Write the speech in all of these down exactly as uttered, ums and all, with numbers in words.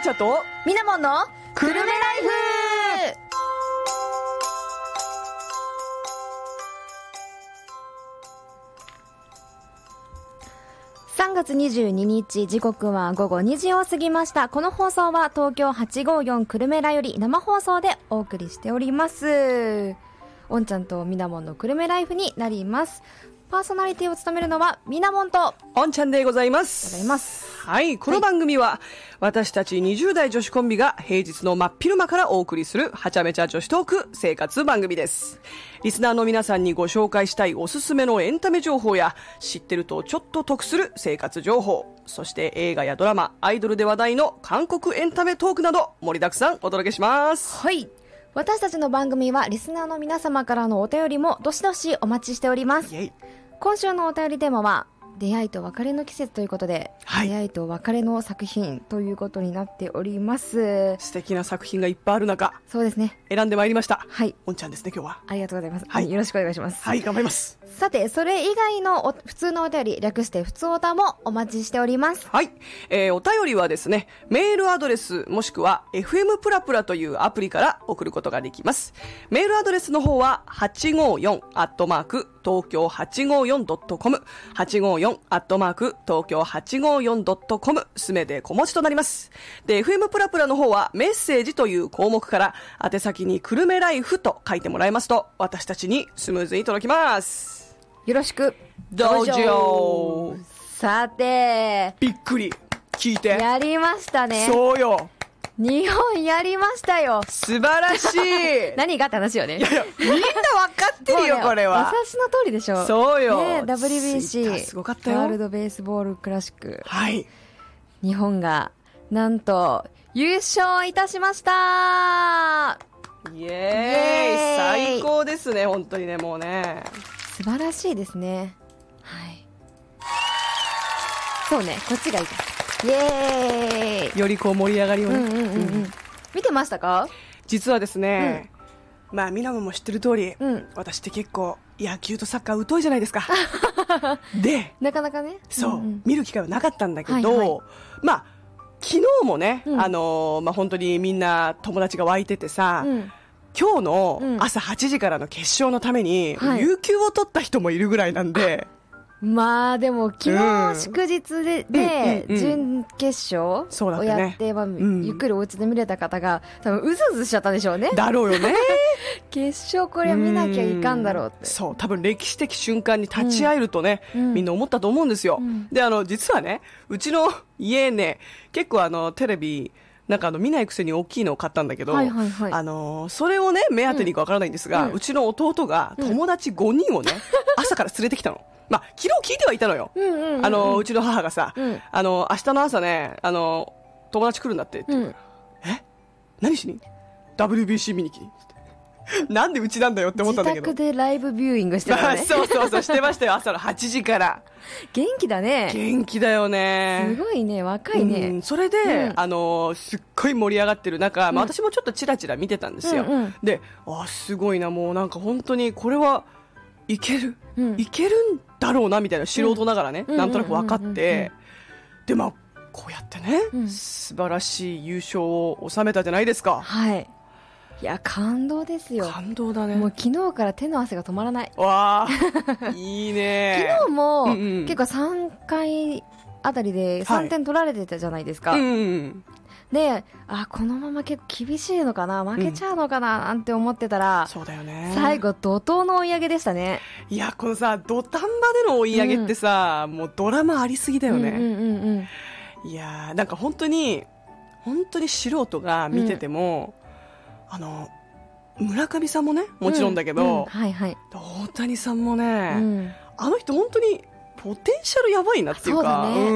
ちゃとみなもんのくるめライフ。 さんがつにじゅうににち、時刻はごごにじを過ぎました。この放送は東京はちごーよんくるめらより生放送でお送りしております。おんちゃんとみなもんのくるめライフになります。パーソナリティを務めるのはみなもんとおんちゃんでございます。 ございます。 はい、この番組は、はい、私たちにじゅう代女子コンビが平日の真っ昼間からお送りするはちゃめちゃ女子トーク生活番組です。リスナーの皆さんにご紹介したいおすすめのエンタメ情報や、知ってるとちょっと得する生活情報、そして映画やドラマ、アイドルで話題の韓国エンタメトークなど盛りだくさんお届けします。 はい、私たちの番組はリスナーの皆様からのお便りもどしどしお待ちしております。今週のお便りテーマは出会いと別れの季節ということで、はい、出会いと別れの作品ということになっております。 素敵な作品がいっぱいある中、 そうですね、 選んでまいりました。 はい、 おんちゃんですね、今日は。 ありがとうございます、 はい、 よろしくお願いします。 はい、頑張ります。 さて、それ以外のお普通のお便り、略して普通おたもお待ちしております。 はい、えー、お便りはですね、メールアドレスもしくは エフエム プラプラというアプリから送ることができます。メールアドレスの方ははちごよんアットマーク東京 はちごよんドットコム はちごよんアットマーク東京 はちごよんドットコム すべて小文字となります。で、エフエム プラプラの方はメッセージという項目から宛先にくるめライフと書いてもらえますと、私たちにスムーズに届きます。 よろしくどうぞ。 さて、 びっくり聞いてやりましたね。 そうよ、 日本やりましたよ。 素晴らしい何がって話よね。 いやいや、みんな分かってるよ、ね、これは私の通りでしょ。 そうよ、 ね、ダブリュービーシーすごかったよ、 ワールドベースボールクラシック、 はい、 日本がなんと優勝いたしました。 イエーイ、イエーイ、最高ですね、本当にね、もうね、 素晴らしいですね。はい、そうね、こっちがいいです。イエーイ、 よりこう盛り上がりをね、 うんうんうんうん、見てましたか？ 実はですね、うん、まあみなもも知ってる通り、うん、私って結構野球とサッカー疎いじゃないですかで、 なかなかね、 そう、うんうん、見る機会はなかったんだけど、 はいはい、 まあ昨日もね、うん、あのー、まあ本当にみんな友達が湧いててさ、うん、今日の朝はちじからの決勝のために、うん、有給を取った人もいるぐらいなんで、はい、 まあでも昨日祝日で、うん、で、うんうんうん、準決勝をやって、ね、まあ、うん、ゆっくりお家で見れた方が多分うずうずしちゃったんでしょうね。 だろうよね決勝これは見なきゃいかんだろうって、 うそう多分歴史的瞬間に立ち会えるとね、うん、みんな思ったと思うんですよ、うん、であの実はね、うちの家ね、結構あのテレビなんかあの見ないくせに大きいのを買ったんだけど、はいはいはい、あのー、それをね目当てにいくかわからないんですが、うん、うちの弟が友達ごにんをね、うん、朝から連れてきたの。まあ、昨日聞いてはいたのよ、うんうんうんうん、あのうちの母がさ、うん、あの明日の朝ね、あの友達来るんだってって、うん、え何しに ダブリュービーシー 見に来になんでうちなんだよって思ったんだけど、 自宅でライブビューイングしてたねそうそうそうしてましたよ、朝のはちじから元気だね。 元気だよね、 すごいね、若いね、 うん、それで、うん、あのすっごい盛り上がってる中、まあ、私もちょっとチラチラ見てたんですよ、うんうん、で、あすごいな、もうなんか本当にこれはいける、うん、いけるんだろうなみたいな、素人ながらね、うん、なんとなく分かって、でまあこうやってね、うん、素晴らしい優勝を収めたじゃないですか。 はい、いや感動ですよ。 感動だね。 もう昨日から手の汗が止まらない。 わあいいね昨日も、うんうん、結構さんかいあたりでさんてん取られてたじゃないですか、はい、うんうん、で、あこのまま結構厳しいのかな、負けちゃうのかな、うん、なんて思ってたら、 そうだよね、 最後怒涛の追い上げでしたね。 いやこのさ土壇場での追い上げってさ、うん、もうドラマありすぎだよね、うんうんうんうん、いやなんか本当に本当に素人が見てても、うん、あの村上さんもねもちろんだけど、うんうんはいはい、大谷さんもね、うん、あの人本当にポテンシャルやばいなっていうか、そうだね、うん、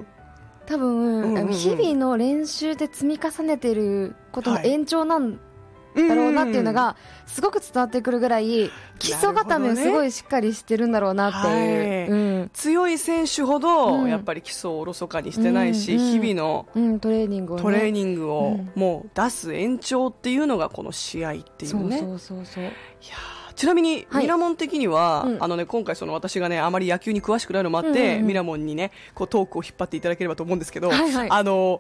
多分、うんうん、日々の練習で積み重ねてることの延長なんだろうなっていうのがすごく伝わってくるぐらい、基礎固めをすごいしっかりしてるんだろうなっていう、はいうん、 強い選手ほどやっぱり基礎をおろそかにしてないし、うん、日々の、 うん、トレーニングを、ね、 トレーニングをもう出す延長っていうのがこの試合っていうね。 そうそうそうそう。いやちなみに、はい、ミラモン的には、うん、あのね、今回その私がねあまり野球に詳しくないのもあって、うんうんうん、ミラモンにねこうトークを引っ張っていただければと思うんですけど、はいはい、あの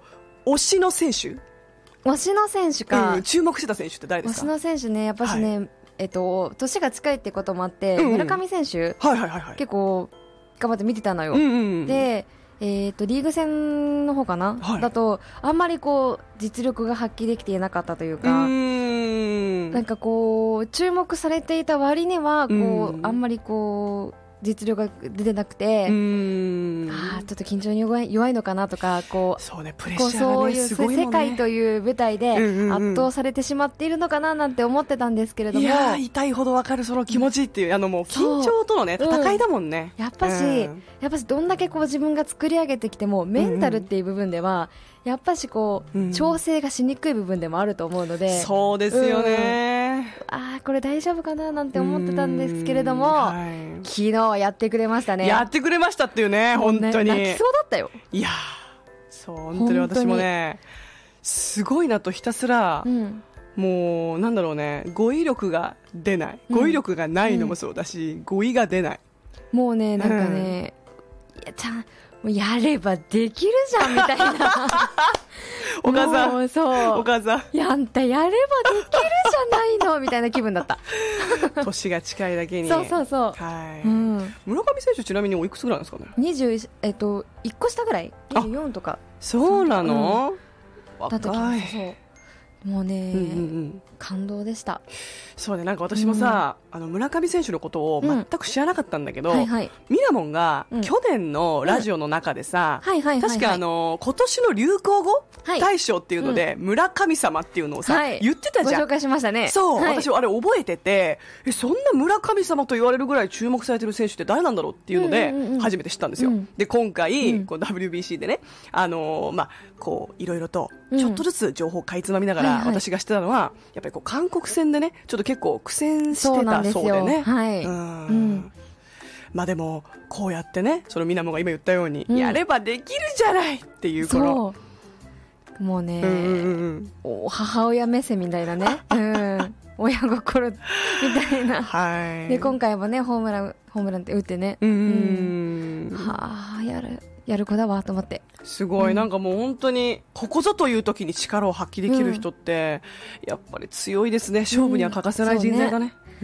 推しの選手推しの選手か、 うん、注目してた選手って誰ですか？ 推しの選手ね、やっぱしね、はい、えっと、年が近いってこともあって、 うんうん、 村上選手、 はいはいはいはい、 結構頑張って見てたのよ、 うんうんうん、で、 えー、とリーグ戦の方かな、はい、だとあんまりこう実力が発揮できていなかったというか、うーん、なんかこう注目されていた割にはこう、うん、あんまりこう実力が出てなくて、うーん、あちょっと緊張に弱い、弱いのかなとか、こう、 そうね、プレッシャーがね、すごいもんね、 世界という舞台で圧倒されてしまっているのかななんて思ってたんですけれども、 いやー、痛いほど分かるその気持ちっていう、あのもう緊張とのね、戦いだもんね。 やっぱし、うん、やっぱしどんだけこう自分が作り上げてきてもメンタルっていう部分では、うん、やっぱしこう、うん、調整がしにくい部分でもあると思うので、 そうですよね、 うん、あーこれ大丈夫かななんて思ってたんですけれども、はい、昨日はやってくれましたね。 やってくれましたっていうね、本当に、 ね、泣きそうだったよ。 いやそう本当に私もねすごいなとひたすら、うん、もうなんだろうね、語彙力が出ない、語彙力がないのもそうだし、うん、語彙が出ない、 もうねなんかね、うん、いやちゃんもうやればできるじゃんみたいなお母さん、 もうそうお母さん、 いやあんたやればできるじゃないのみたいな気分だった年が近いだけに、 そうそうそう、 はい、 うん、 村上選手ちなみにおいくつぐらいなんですかね？ にじゅう、えっと、いっこ下ぐらいにじゅうよんとか。 そうなの、 うん、若い。そうもうね、うんうんうん、感動でした。 そうね、なんか私もさ、うん、あの村上選手のことを全く知らなかったんだけど、うんはいはい、ミラモンが去年のラジオの中でさ、確かあの今年の流行語大賞っていうので、うん、村神様っていうのをさ、はい、言ってたじゃん。 ご紹介しましたね。 そう、 はい、 私あれ覚えてて、えそんな村神様と言われるぐらい注目されてる選手って誰なんだろうっていうので、うんうんうん、初めて知ったんですよ。うん、で今回、うん、こう ダブリュービーシー でね、あのー、まあこういろいろとちょっとずつ情報をかいつまみながら、うんはいはい、私がしてたのはやっぱりこう韓国戦でねちょっと結構苦戦してたそうでね、 はいうんうん、 まあでもこうやってね、そのみなもが今言ったように、うん、やればできるじゃないっていうこのもうね、うんうんうん、母親目線みたいなね、うん、親心みたいな、はい、で今回もねホームランホームランって打ってね、うんうん、はあやるやる子だわと思って、 すごい、うん、なんかもう本当にここぞという時に力を発揮できる人って、うん、やっぱり強いですね。勝負には欠かせない人材だね。うん、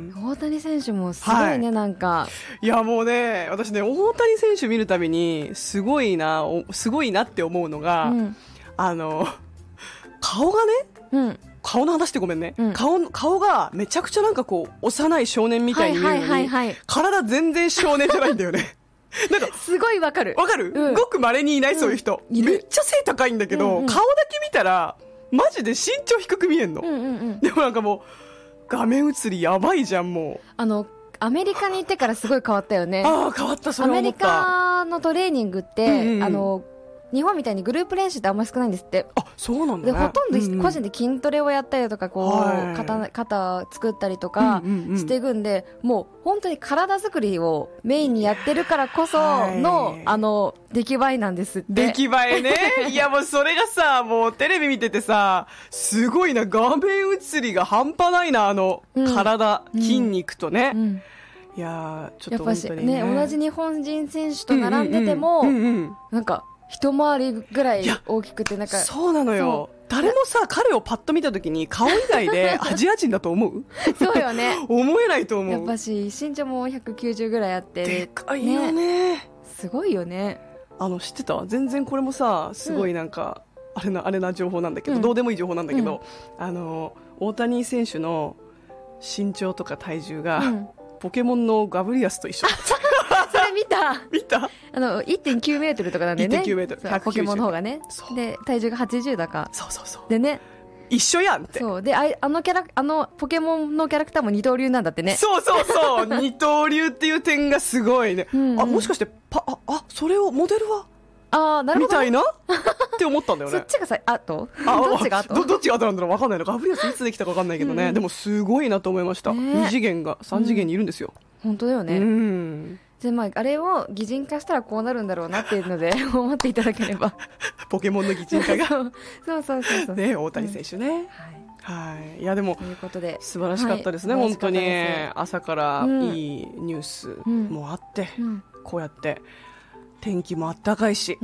大谷選手もすごいね、はい、なんかいやもうね私ね大谷選手見るたびにすごいなすごいなって思うのが、うん、あの顔がね、うん、顔の話ってごめんね、うん、顔, 顔がめちゃくちゃなんかこう幼い少年みたいに見えるのに、はいはいはいはい、体全然少年じゃないんだよねなんかすごいわかるわかる、うん、ごく稀にいない、そういう人、うん、めっちゃ背高いんだけど、うんうん、顔だけ見たらマジで身長低く見えんの、うんうんうん、でもなんかもう画面映りやばいじゃん。もうあのアメリカに行ってからすごい変わったよね。 ああ変わった。それ思った。 アメリカのトレーニングって、うんうん、あの日本みたいにグループ練習ってあんまり少ないんですって。 あ、そうなんだね。 でほとんど個人で筋トレをやったりとか、こう、はい、肩, 肩作ったりとかしていくんで、うんうんうん、もう本当に体作りをメインにやってるからこその、はい、あの出来栄えなんですって。 出来栄えねいやもうそれがさ、もうテレビ見ててさ、すごいな、画面映りが半端ないな、あの、うん、体、筋肉とね、うんうん、いやちょっと本当に ね, やっぱしね、同じ日本人選手と並んでても、うんうんうんうん、なんか一回りぐらい大きくて、なんかそうなのよ。誰もさ彼をパッと見たときに顔以外でアジア人だと思うそうよね思えないと思う。 やっぱし身長もひゃくきゅうじゅうぐらいあって、 でかいよ ね, ねすごいよね。 あの知ってた？全然これもさすごいなんか、うん、あれなあれな情報なんだけど、うん、どうでもいい情報なんだけど、うん、あの大谷選手の身長とか体重が、うん、ポケモンのガブリアスと一緒だったそれ見た見たあの いってんきゅうメートルとかなんでね。 いってんきゅうメートル、ポケモンの方がね。で体重がはちじゅうだか。 そうそうそうでね、 一緒やんって。 そうで、ああのキャラあのポケモンのキャラクターも二刀流なんだってね。 そうそうそう二刀流っていう点がすごいねうん、うん、あもしかしてパああそれをモデルはあなるほど、ね、 みたいなって思ったんだよねそっちがさあとあどっちがあとど, どっちがあとなんだろう分かんないの。ガブリアスいつできたか分かんないけどね、うん、でもすごいなと思いました、ね、に次元がさん次元にいるんですよ、 うん、本当だよね。 うんでまあ、あれを擬人化したらこうなるんだろうなっていうので思っていただければポケモンの擬人化がそうそうそうそう、 ね、大谷選手ね、うんはい、いやでもということで素晴らしかったですね、はい、本当に朝からいいニュースもあって、うん、こうやって天気もあったかいし、うん、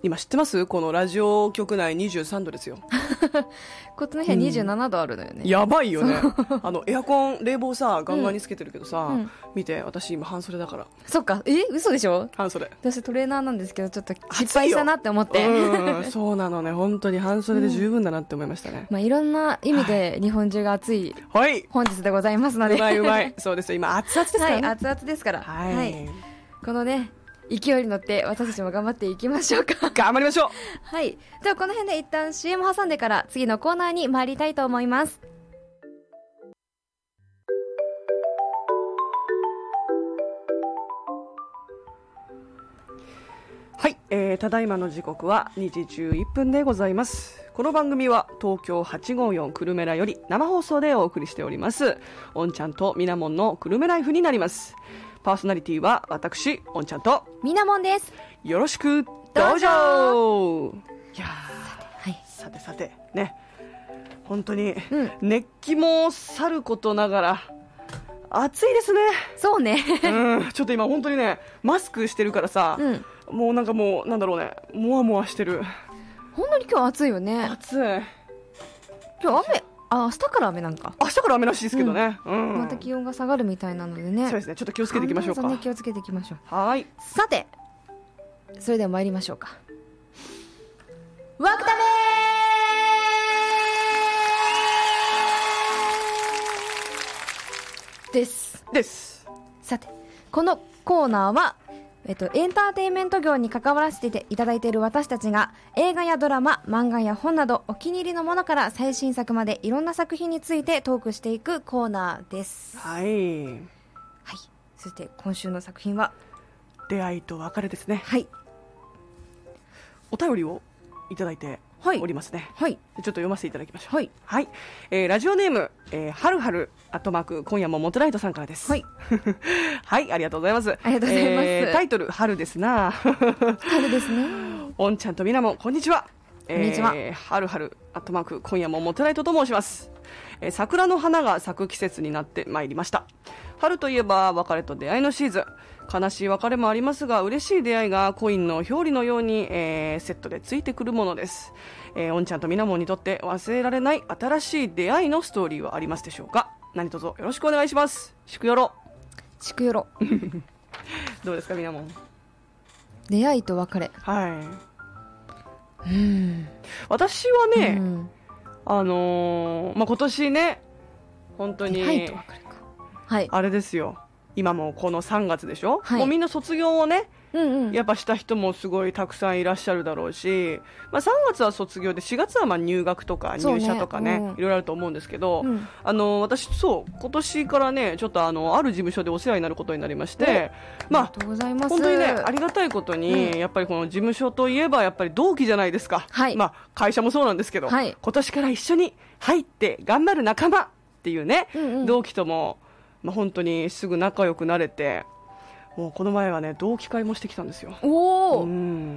今知ってます？このラジオ局内にじゅうさんどですよ。 こっちの部屋にじゅうななどあるのよね、 うん、やばいよね。あのエアコン冷房さガンガンにつけてるけどさ、 うん、 見て私今半袖だから。 そっか、え嘘でしょ。 半袖。 私トレーナーなんですけどちょっと失敗したなって思って。 うん、そうなのね、本当に半袖で十分だなって思いましたね、うん、 まあ、いろんな意味で日本中が暑い本日でございますので、 はい、うまいうまい。そうですよ、今熱々ですからね、 はい、熱々ですから、 はい、はい、 このね勢いに乗って私たちも頑張っていきましょうか。 頑張りましょう。 はい、ではこの辺で一旦 シーエム 挟んでから次のコーナーに参りたいと思います。 はい、えー、ただいまの時刻はにじじゅういっぷんでございます。この番組は東京はちごーよんくるめらより生放送でお送りしております。おんちゃんとみなもんのくるめライフになります。パーソナリティは私おんちゃんとみなもんです。 よろしくどうぞ。いやはい、さてさてね、本当に、うん、熱気もさることながら暑いですね。 そうね、 うん、ちょっと今本当にねマスクしてるからさ、うん、もうなんかもうなんだろうね、もわもわしてる。 本当に今日暑いよね。 暑い。 今日雨、あ、明日から雨なんか。 明日から雨らしいですけどね、うんうん、 また気温が下がるみたいなのでね。 そうですね、ちょっと気をつけていきましょうか。 ね、気をつけていきましょう。 はい。 さて、それでは参りましょうか。ワクタメですですさて、このコーナーはえっと、エンターテインメント業に関わらせていただいている私たちが映画やドラマ、漫画や本などお気に入りのものから最新作までいろんな作品についてトークしていくコーナーです。 はい、 はい、そして今週の作品は出会いと別れですね。 はい、 お便りをいただいておりますね。 はい、 ちょっと読ませていただきましょう。 はい、 はい、えー、ラジオネーム、えー、はるはるアットマーク今夜もモトライトさんからです。 はい、 はい、ありがとうございます。 ありがとうございます。 えー、タイトル春ですな。 春ですね。 おんちゃんとみなもこんにちは。 こんにちは。 えー、はるはるアットマーク今夜もモトライトと申します。えー、桜の花が咲く季節になってまいりました。春といえば別れと出会いのシーズン。悲しい別れもありますが嬉しい出会いがコインの表裏のように、えー、セットでついてくるものです。えー、おんちゃんとみなもんにとって忘れられない新しい出会いのストーリーはありますでしょうか。何卒よろしくお願いします。しくよろしくよろどうですかみなもん。 出会いと別れ、 はい、 うん、 私はね、 うん、 あのーまあ、今年ね本当に出会いと別れか、はい、 あれですよ、今もこのさんがつでしょ、 はい、 もうみんな卒業をね、 うんうん、 やっぱした人もすごいたくさんいらっしゃるだろうし、まあ、さんがつは卒業でしがつはまあ入学とか入社とか ね, ね、うん、いろいろあると思うんですけど、うん、あの私そう今年からねちょっとあのある事務所でお世話になることになりまして、まあ、 ありがとうございます。 本当にねありがたいことに、うん、やっぱりこの事務所といえばやっぱり同期じゃないですか、 はい、 まあ、会社もそうなんですけど、はい、今年から一緒に入って頑張る仲間っていうね、うんうん、同期とも、まあ、本当にすぐ仲良くなれて、もうこの前はね同期会もしてきたんですよ。 おお、 うん、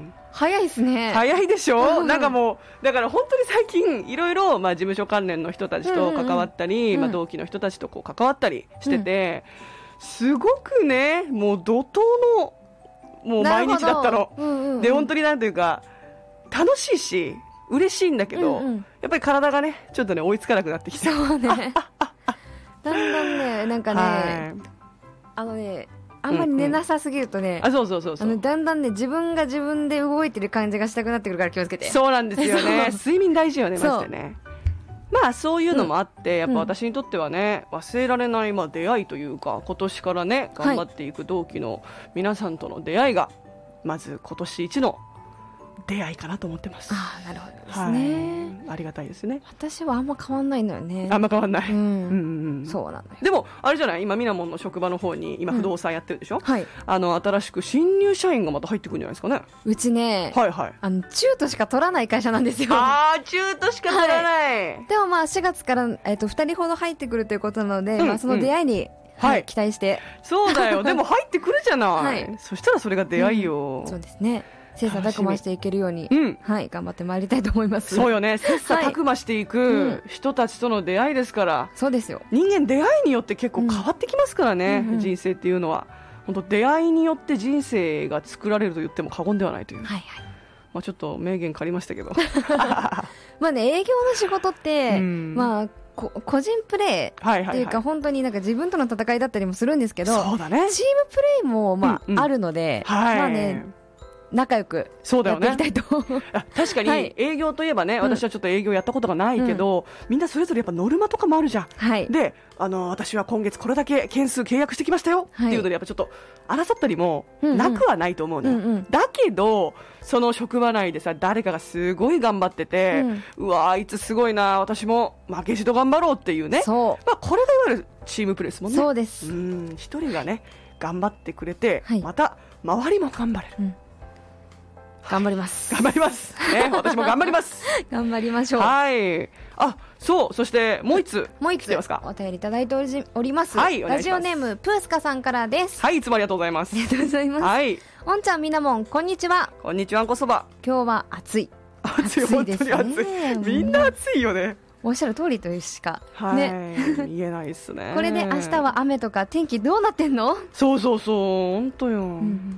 早いですね。 早いでしょなんかもうだから本当に最近いろいろ事務所関連の人たちと関わったり、うんうんうん、まあ、同期の人たちとこう関わったりしてて、うん、すごくねもう怒涛のもう毎日だったの、うんうんうん、で本当になんていうか楽しいし嬉しいんだけど、うんうん、やっぱり体がねちょっとね追いつかなくなってきて、 そうねだんだんねなんかね、はい、あのねあんまり寝なさすぎるとね、 うんうん、あそうそうそうそう、 あのだんだんね自分が自分で動いてる感じがしたくなってくるから気をつけて。 そうなんですよね睡眠大事よねマジでね。まあそういうのもあって、うん、やっぱ私にとってはね忘れられない、まあ、出会いというか今年からね頑張っていく同期の皆さんとの出会いが、はい、まず今年一の出会いかなと思ってます。 ああなるほどですね、 はい、ありがたいですね。 私はあんま変わんないのよね。 あんま変わんない、 うんうんうん、そうなのよ。 でもあれじゃない、今みなもんの職場の方に今不動産やってるでしょ、うん、 はい、あの新しく新入社員がまた入ってくるんじゃないですかね。 うちね、 はいはい、 あの中途しか取らない会社なんですよ。 ああ中途しか取らない、はい、 でもまあしがつから、えー、とふたりほど入ってくるということなので、うん、まあ、その出会いに、うんはいはい、期待して。 そうだよでも入ってくるじゃない、はい、そしたらそれが出会いよ、 うん、そうですね。切磋琢磨していけるように、うん、はい、頑張ってまいりたいと思います。 そうよね、切磋琢磨していく人たちとの出会いですから、はい、 そうですよ。 人間出会いによって結構変わってきますからね、うん、人生っていうのは本当出会いによって人生が作られると言っても過言ではないという、 はいはい、 まあ、ちょっと名言借りましたけどまあね、営業の仕事って、 うん、 まあこ個人プレーっていうか、本当になんか自分との戦いだったりもするんですけど、 そうだね、 チームプレーもまあ、うんうん、あるので、はい、まあね、仲良くやっていきたいと。 そうだよね確かに営業といえばね、はい、私はちょっと営業やったことがないけど、うん、みんなそれぞれやっぱノルマとかもあるじゃん、はい、であの私は今月これだけ件数契約してきましたよ、はい、っていうのでやっぱちょっと争ったりもなくはないと思うのよ、うんうん、だけどその職場内でさ誰かがすごい頑張ってて、うん、うわあいつすごいな私も負けじと頑張ろうっていうね、そう、まあ、これがいわゆるチームプレーですもんね。 そうです。 うん、一人がね頑張ってくれて、はい、また周りも頑張れる、うん、 頑張ります。 頑張ります。ね、私も頑張ります。 頑張りましょう。 はい。あ、そう、そしてもう一つ。 もう一つ。お便りいただいております。はい、ラジオネームプースカさんからです。 はい、いつもありがとうございます。 ありがとうございます。はい。おんちゃんみなもん、こんにちは。 こんにちは、こそば。 今日は暑い。 暑い、本当に暑い。みんな暑いよね。 おっしゃる通りというしか、 はい、ね、言えないですね。 これで明日は雨とか天気どうなってんの？ そうそうそう、本当よ。うん、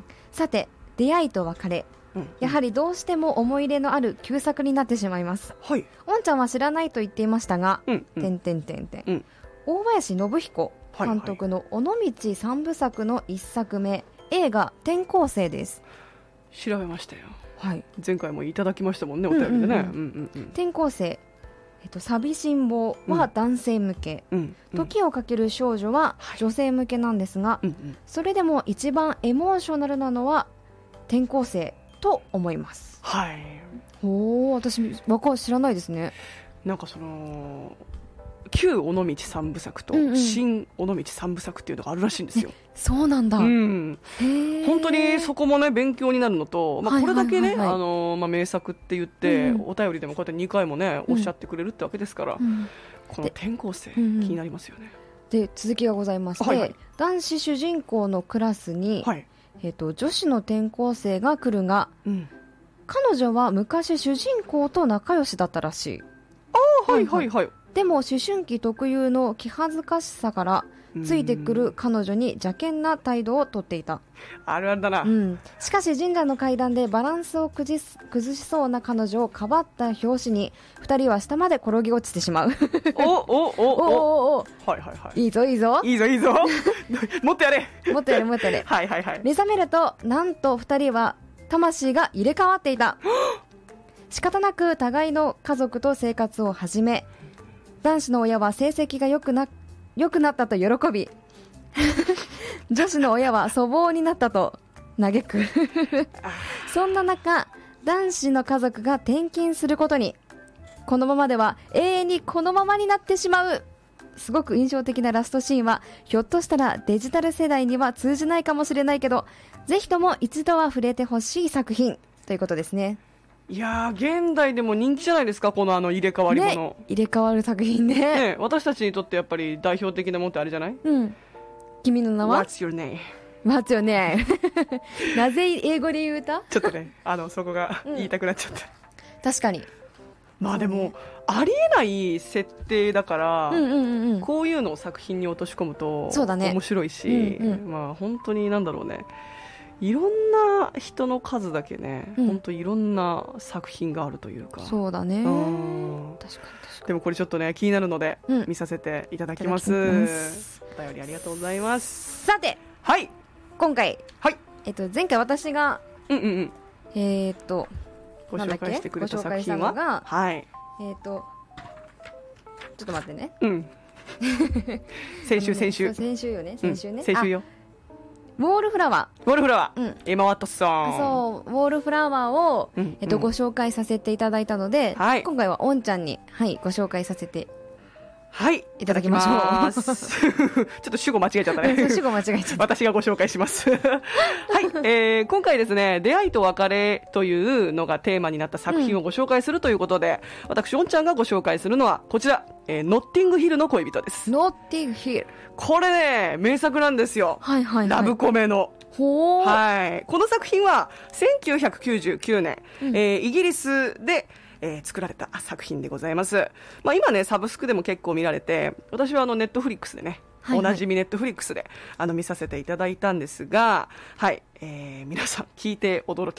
さて、出会いと別れ。うんうん、やはりどうしても思い入れのある旧作になってしまいます。はい、おんちゃんは知らないと言っていましたが、うんうん、てんてんてんてん、うん、大林信彦監督の尾道三部作の一作目、映画転校生です。 調べましたよ。はい、前回もいただきましたもんね、お便りでね。 転校生、えっと、寂しん坊は男性向け、うんうん、時をかける少女は女性向けなんですが、はい、うんうん、それでも一番エモーショナルなのは転校生と思います。はい。おお、私わか知らないですね。 なんかその旧尾道三部作と新尾道三部作っていうのがあるらしいんですよ。 そうなんだ。うん。 本当にそこもね勉強になるのと、まあこれだけね、あのまあ名作って言って、うん、お便りでもこうやってにかいもねおっしゃってくれるってわけですから、うん、この転校生気になりますよね。 で続きがございまして、はいはい、男子主人公のクラスに。はい、えー、と女子の転校生が来るが、うん、彼女は昔主人公と仲良しだったらしい。 あ、はいはいはい。 でも思春期特有の気恥ずかしさからついてくる彼女に邪険な態度をとっていた。 あるあるだな、 うん、しかし神社の階段でバランスを崩し、崩しそうな彼女をかばった拍子にふたりは下まで転げ落ちてしまう。 おおおおおお、はいはいはい、 いいぞいいぞいいぞいいぞもっとやれもっとやれもっとやれはいはいはい。 目覚めるとなんとふたりは魂が入れ替わっていた。仕方なく互いの家族と生活を始め、男子の親は成績が良くな、良くなったと喜び女子の親は粗暴になったと嘆くそんな中、男子の家族が転勤することに。このままでは永遠にこのままになってしまう。すごく印象的なラストシーンはひょっとしたらデジタル世代には通じないかもしれないけど、ぜひとも一度は触れてほしい作品ということですね。 いやー、現代でも人気じゃないですか、このあの入れ替わりもの、 ね、入れ替わる作品 ね, ね私たちにとってやっぱり代表的なものってあれじゃない？ うん。君の名は What's your name? What's your name? なぜ英語で言うた？ ちょっとね、あのそこが言いたくなっちゃった、うん、 確かに。 まあでもありえない設定だから、うんうんうんうん、こういうのを作品に落とし込むとそうだ、ね、面白いし、うんうん、まあ本当になんだろうね、いろんな人の数だけね、うん、本当いろんな作品があるというか。 そうだね、うん、確かに確かに。 でもこれちょっとね気になるので、うん、見させていただきます。お便りありがとうございます。 さて、 はい、 今回、 はい、 えっと、前回私が、 うんうんうん、 えー、っとご紹介してくれた作品は、 が、 はい、 えー、っとちょっと待ってね、 うん、先週先週先週よね先週ね、 うん、先週よ。 ウォールフラワー。 ウォールフラワー。うん。エマ・ワットソン。 そう、ウォールフラワーを、うん、えっと、うん、ご紹介させていただいたので、はい、今回はオンちゃんに、はい、ご紹介させて、 はい、 いただきましょう。 ちょっと主語間違えちゃったね。 主語間違えちゃった。 私がご紹介します。はい、えー、今回ですね、出会いと別れというのがテーマになった作品をご紹介するということで、うん、私、オンちゃんがご紹介するのはこちら、えー、ノッティングヒルの恋人です。 ノッティングヒル。 これね、名作なんですよ。はいはいはい。ラブコメの。 ほー。 はい。この作品はせんきゅうひゃくきゅうじゅうきゅうねん、うん、えー、イギリスで、えー、作られた作品でございます。まあ、今ね、サブスクでも結構見られて、私はあのネットフリックスでね、はいはい、おなじみネットフリックスであの見させていただいたんですが、はい、えー、皆さん聞いて驚け。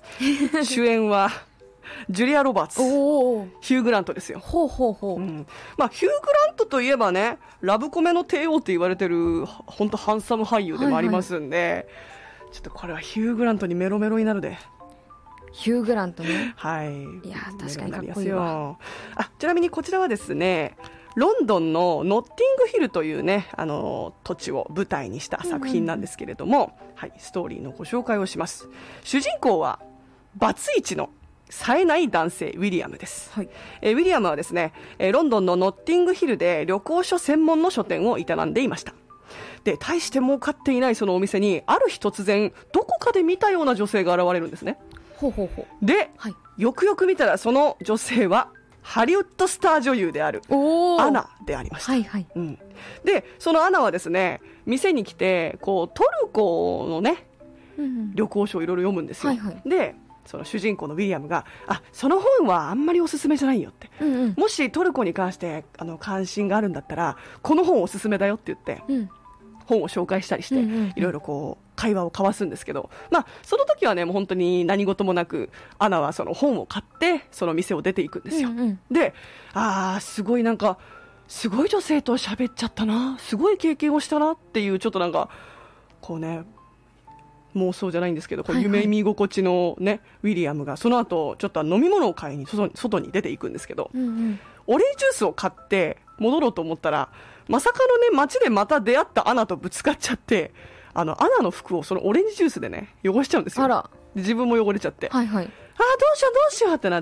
主演はジュリア・ロバーツ、 おヒュー・グラントですよ。 ほうほうほう、 うんまあ、ヒュー・グラントといえばね、ラブコメの帝王って言われてる本当ハンサム俳優でもありますんで、はいはい、ちょっとこれはヒュー・グラントにメロメロになるで。 ヒュー・グラントね。 はい。 いや確かにかっこいいわ。 あ、ちなみにこちらはですね、ロンドンのノッティングヒルというね、あの土地を舞台にした作品なんですけれども、うんうん、はい、ストーリーのご紹介をします。主人公はバツイチの冴えない男性ウィリアムです、はい、えウィリアムはですね、ロンドンのノッティングヒルで旅行書専門の書店を営んでいました。で、大して儲かっていないそのお店にある日突然どこかで見たような女性が現れるんですね。 ほうほうほう。 で、はい、よくよく見たらその女性はハリウッドスター女優であるアナでありました、はいはいうん、でそのアナはですね、店に来てこうトルコのね、うんうん、旅行書をいろいろ読むんですよ、はいはい、でその主人公のウィリアムが、あ、その本はあんまりおすすめじゃないよって、うんうん、もしトルコに関してあの関心があるんだったらこの本おすすめだよって言って、うん、本を紹介したりして、うんうんうん、いろいろこう会話を交わすんですけど、まあ、その時はねもう本当に何事もなくアナはその本を買ってその店を出ていくんですよ、うんうん、で、あーすごいなんかすごい女性と喋っちゃったな、すごい経験をしたなっていう、ちょっとなんかこうね妄想じゃないんですけど、こう夢見心地の、ねはいはい、ウィリアムがその後ちょっと飲み物を買いに 外, 外に出ていくんですけど、うんうん、オレンジジュースを買って戻ろうと思ったらまさかのね街でまた出会ったアナとぶつかっちゃって、あのアナの服をそのオレンジジュースでね汚しちゃうんですよ。あら、自分も汚れちゃって、はいはい、あーどうしようどうしようってなって、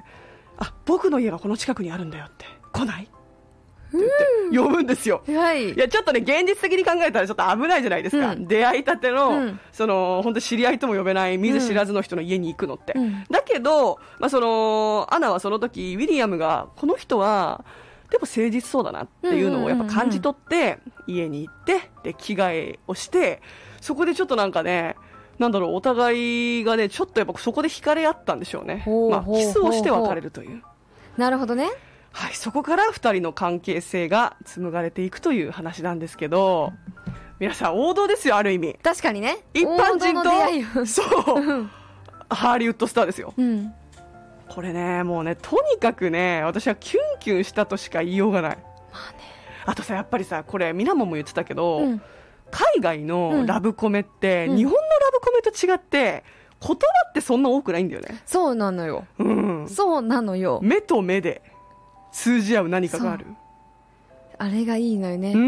あ、僕の家がこの近くにあるんだよって、来ないって言って呼ぶんですよ、はい、いやちょっとね現実的に考えたらちょっと危ないじゃないですか、うん、出会いたての、うん、その本当知り合いとも呼べない見ず知らずの人の家に行くのって、うん、だけど、まあ、そのアナはその時ウィリアムがこの人はでも誠実そうだなっていうのをやっぱ感じ取って家に行ってで着替えをして、そこでちょっとなんかね、なんだろう、お互いがねちょっとやっぱそこで惹かれ合ったんでしょうね。まあ、キスをして別れるという。なるほどね。はい、そこからふたりの関係性が紡がれていくという話なんですけど、皆さん王道ですよ、ある意味。確かにね、一般人とそうハリウッドスターですよ、うん、これねもうねとにかくね私はキュンキュンしたとしか言いようがない、まあね、あとさやっぱりさこれみなもも言ってたけど、うん、海外のラブコメって、うん、日本のラブコメと違って言葉ってそんな多くないんだよね。そうなのよ、うん、そうなのよ。目と目で通じ合う何かがある。あれがいいのよね、うん、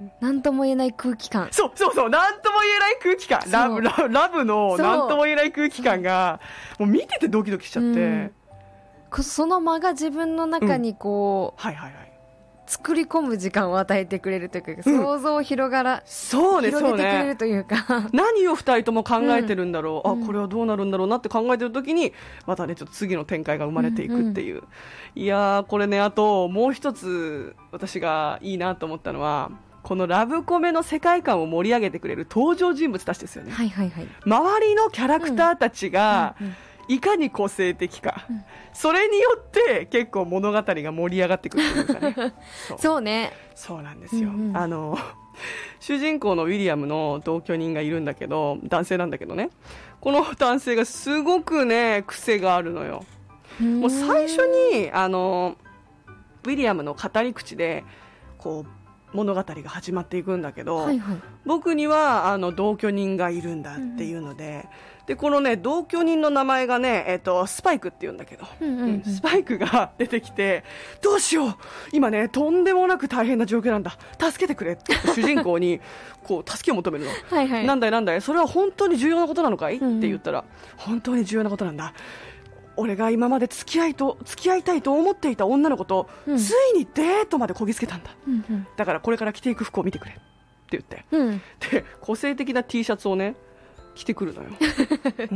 なんとも言えない空気感。そうそうそう、なんとも言えない空気感、ラブ、ラブ、ラブのなんとも言えない空気感がもう見ててドキドキしちゃって、うん、その間が自分の中にこう、うん、はいはいはい、作り込む時間を与えてくれるというか、うん、想像を広がら、そうね、広げてくれるというか、ね、何を二人とも考えてるんだろう、うん、あ、これはどうなるんだろうなって考えてる時にまたねちょっと次の展開が生まれていくっていう、うんうん、いやーこれね、あともう一つ私がいいなと思ったのはこのラブコメの世界観を盛り上げてくれる登場人物たちですよね、はいはいはい、周りのキャラクターたちが、うんうんうん、いかに個性的か、うん、それによって結構物語が盛り上がってくるというかねそう、そうね、そうなんですよ、うんうん、あの主人公のウィリアムの同居人がいるんだけど、男性なんだけどね、この男性がすごくね癖があるのよ。もう最初にあのウィリアムの語り口でこう物語が始まっていくんだけど、はいはい、僕にはあの同居人がいるんだっていうので、うん、でこのね同居人の名前がね、えーと、スパイクっていうんだけど、うんうんうん、スパイクが出てきて、どうしよう今ねとんでもなく大変な状況なんだ、助けてくれって主人公にこう助けを求めるのはい、はい、なんだいなんだい、それは本当に重要なことなのかい、うんうん、って言ったら、本当に重要なことなんだ、俺が今まで付き合いと付き合いたいと思っていた女の子と、うん、ついにデートまでこぎつけたんだ、うんうん、だからこれから着ていく服を見てくれって言って、うん、で個性的な T シャツをね着てくるのよ、うん、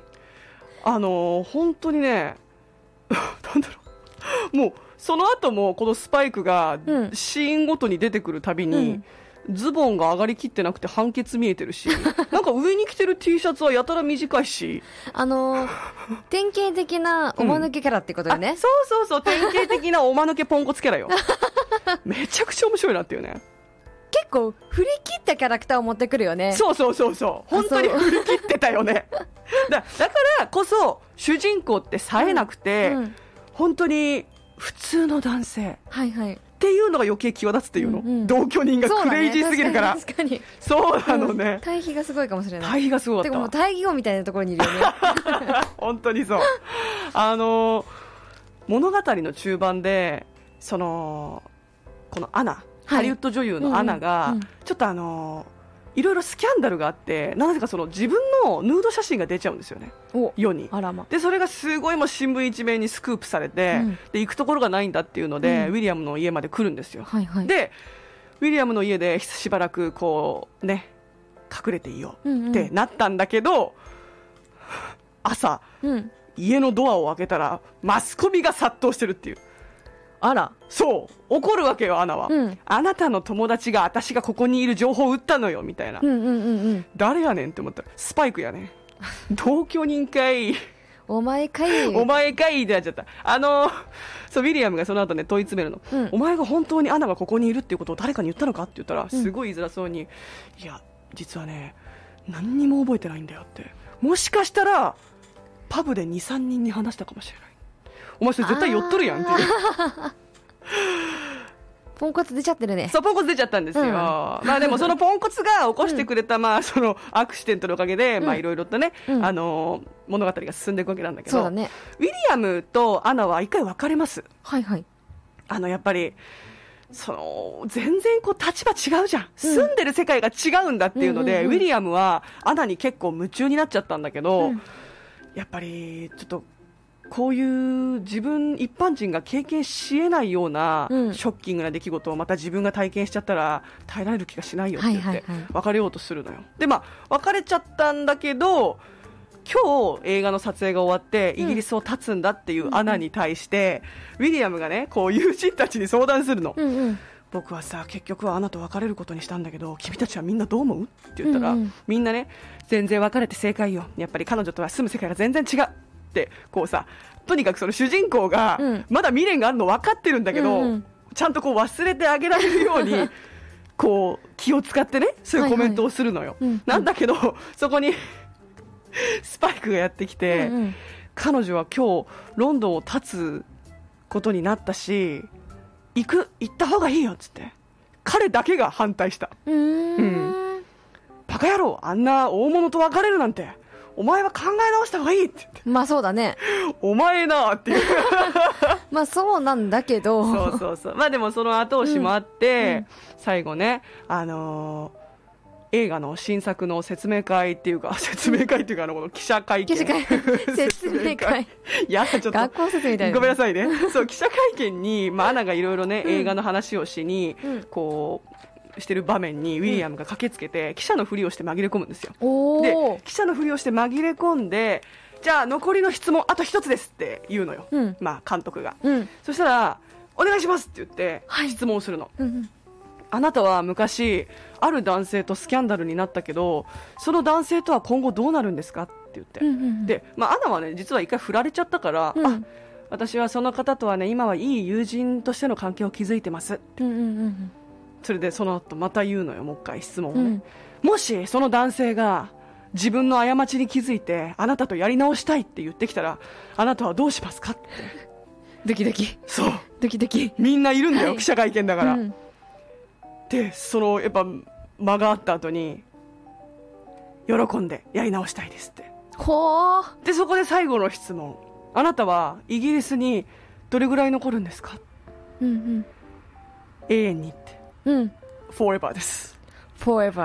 あのー、本当にねなんだろう、もうその後もこのスパイクがシーンごとに出てくるたびに、うんズボンが上がりきってなくて半ケツ見えてるしなんか上に着てる T シャツはやたら短いしあのー、典型的なおまぬけキャラってことよね、うん、そうそうそう、典型的なおまぬけポンコツキャラよめちゃくちゃ面白いなっていうね。結構振り切ったキャラクターを持ってくるよね。 そうそうそうそう、本当に振り切ってたよねだ, だからこそ主人公って冴えなくて、うんうん、本当に普通の男性、はいはい、っていうのが余計際立つっていうの、うんうん、同居人がクレイジーすぎるから。 そうだね、確かにそうなのね、うん、 対比がすごいかもしれない。 対比がすごかった。 てかもう対義語みたいなところにいるよね本当にそう。あの物語の中盤でそのこのアナ、はい、ハリウッド女優のアナが、うんうん、ちょっとあのいろいろスキャンダルがあって、なぜかその自分のヌード写真が出ちゃうんですよね、世に。あら、ま、でそれがすごいもう新聞一面にスクープされて、うん、で行くところがないんだっていうので、うん、ウィリアムの家まで来るんですよ、はいはい、でウィリアムの家でしばらくこうね隠れていようってなったんだけど、うんうん、朝、うん、家のドアを開けたらマスコミが殺到してるっていう。あら、そう怒るわけよアナは、うん、あなたの友達が私がここにいる情報を売ったのよみたいな、うんうんうんうん、誰やねんって思ったらスパイクやね同居人かいお前かいお前かいってなっちゃった。あのそうウィリアムがその後ね問い詰めるの、うん、お前が本当にアナがここにいるっていうことを誰かに言ったのかって言ったら、すごい言いづらそうに、いや実はね何にも覚えてないんだよって。もしかしたらパブで にさんにんに話したかもしれない。お前それ絶対寄っとるやんっていうポンコツ出ちゃってるね。 そうポンコツ出ちゃったんですよ、うん、まあでもそのポンコツが起こしてくれた、うん、まあそのアクシデントのおかげで、うん、まあいろいろとね、うん、あの物語が進んでいくわけなんだけど、そうだね、ウィリアムとアナは一回別れます。はいはい。あのやっぱりその全然こう立場違うじゃん、住んでる世界が違うんだっていうので、うんうんうんうん、ウィリアムはアナに結構夢中になっちゃったんだけど、うん、やっぱりちょっとこういう自分一般人が経験し得ないようなショッキングな出来事をまた自分が体験しちゃったら耐えられる気がしないよって言って別れようとするのよ。でまあ別れちゃったんだけど、今日映画の撮影が終わってイギリスを立つんだっていうアナに対して、うん、ウィリアムがねこう友人たちに相談するの、うんうん、僕はさ結局はアナと別れることにしたんだけど君たちはみんなどう思うって言ったら、うんうん、みんなね全然別れて正解よ、やっぱり彼女とは住む世界が全然違うってこうさ、とにかくその主人公がまだ未練があるの分かってるんだけど、うんうん、ちゃんとこう忘れてあげられるようにこう気を使ってねそういうコメントをするのよ、はいはい、なんだけどそこにスパイクがやってきて、うんうん、彼女は今日ロンドンを立つことになったし行く行った方がいいよっつって彼だけが反対した。うーん、うん、バカ野郎、あんな大物と別れるなんてお前は考え直した方がいいって言って。 まあそうだねお前なっていうまあそうなんだけどそうそうそう、まあでもその後押しもあって、うん、最後ねあのー映画の新作の説明会っていうか説明会っていうかあのこの記者会見説明会いやちょっと学校説明みたいなごめんなさいねそう記者会見に、まあ、アナがいろいろね、うん、映画の話をしに、うん、こうしてる場面にウィリアムが駆けつけて、うん、記者のふりをして紛れ込むんですよ。で記者のふりをして紛れ込んで、じゃあ残りの質問あと一つですって言うのよ、うん、まあ監督が、うん、そしたらお願いしますって言って質問をするの、はい、うんうん、あなたは昔ある男性とスキャンダルになったけどその男性とは今後どうなるんですかって言って、うんうんうん、で、まあ、アナはね実は一回振られちゃったから、うん、あ私はその方とはね今はいい友人としての関係を築いてますって、うんうんうん、それでその後また言うのよ、もう一回質問をね、うん、もしその男性が自分の過ちに気づいてあなたとやり直したいって言ってきたらあなたはどうしますかってドキドキ、 そうドキドキみんないるんだよ、はい、記者会見だから、うん、でそのやっぱ間があった後に喜んでやり直したいですって。 ほー。 でそこで最後の質問、あなたはイギリスにどれぐらい残るんですか、うんうん、永遠にって、うん、forever です。 forever、はい、